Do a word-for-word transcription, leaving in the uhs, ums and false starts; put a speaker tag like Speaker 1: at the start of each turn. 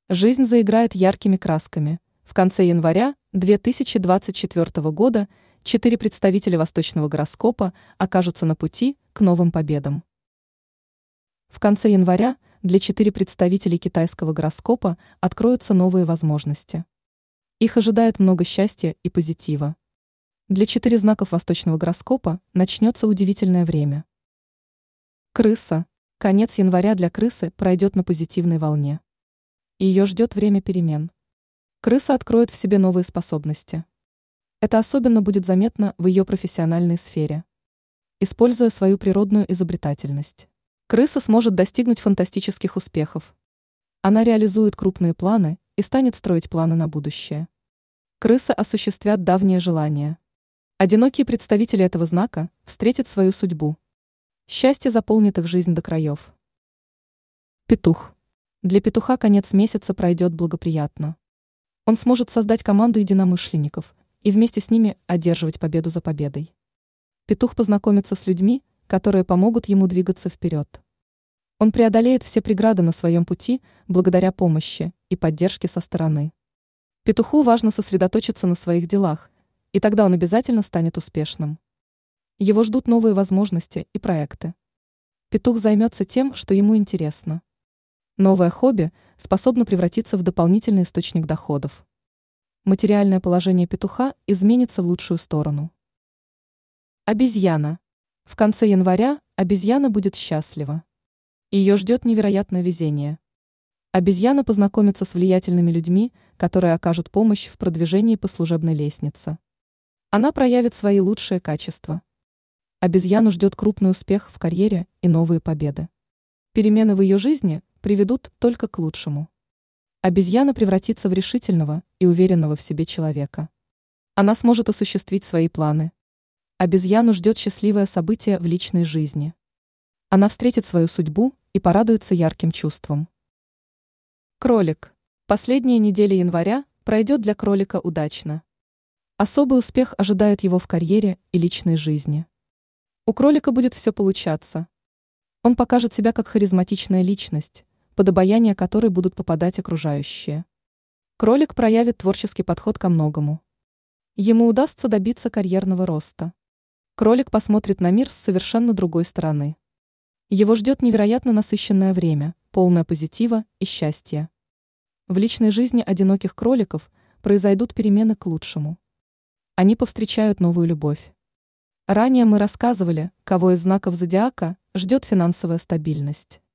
Speaker 1: Жизнь заиграет яркими красками. В конце января две тысячи двадцать четвёртого года четыре представителя восточного гороскопа окажутся на пути к новым победам. В конце января для четыре представителей китайского гороскопа откроются новые возможности. Их ожидает много счастья и позитива. Для четыре знаков восточного гороскопа начнется удивительное время. Крыса. Конец января для крысы пройдет на позитивной волне. Ее ждет время перемен. Крыса откроет в себе новые способности. Это особенно будет заметно в ее профессиональной сфере. Используя свою природную изобретательность, крыса сможет достигнуть фантастических успехов. Она реализует крупные планы и станет строить планы на будущее. Крысы осуществят давние желания. Одинокие представители этого знака встретят свою судьбу. Счастье заполнит их жизнь до краев. Петух. Для петуха конец месяца пройдет благоприятно. Он сможет создать команду единомышленников и вместе с ними одерживать победу за победой. Петух познакомится с людьми, которые помогут ему двигаться вперед. Он преодолеет все преграды на своем пути благодаря помощи и поддержке со стороны. Петуху важно сосредоточиться на своих делах, и тогда он обязательно станет успешным. Его ждут новые возможности и проекты. Петух займется тем, что ему интересно. Новое хобби способно превратиться в дополнительный источник доходов. Материальное положение петуха изменится в лучшую сторону. Обезьяна. В конце января обезьяна будет счастлива. Ее ждет невероятное везение. Обезьяна познакомится с влиятельными людьми, которые окажут помощь в продвижении по служебной лестнице. Она проявит свои лучшие качества. Обезьяну ждет крупный успех в карьере и новые победы. Перемены в ее жизни приведут только к лучшему. Обезьяна превратится в решительного и уверенного в себе человека. Она сможет осуществить свои планы. Обезьяну ждет счастливое событие в личной жизни. Она встретит свою судьбу и порадуется ярким чувствам. Кролик. Последняя неделя января пройдет для кролика удачно. Особый успех ожидает его в карьере и личной жизни. У кролика будет все получаться. Он покажет себя как харизматичная личность, под обаяние которой будут попадать окружающие. Кролик проявит творческий подход ко многому. Ему удастся добиться карьерного роста. Кролик посмотрит на мир с совершенно другой стороны. Его ждет невероятно насыщенное время, полное позитива и счастья. В личной жизни одиноких кроликов произойдут перемены к лучшему. Они повстречают новую любовь. Ранее мы рассказывали, кого из знаков зодиака ждет финансовая стабильность.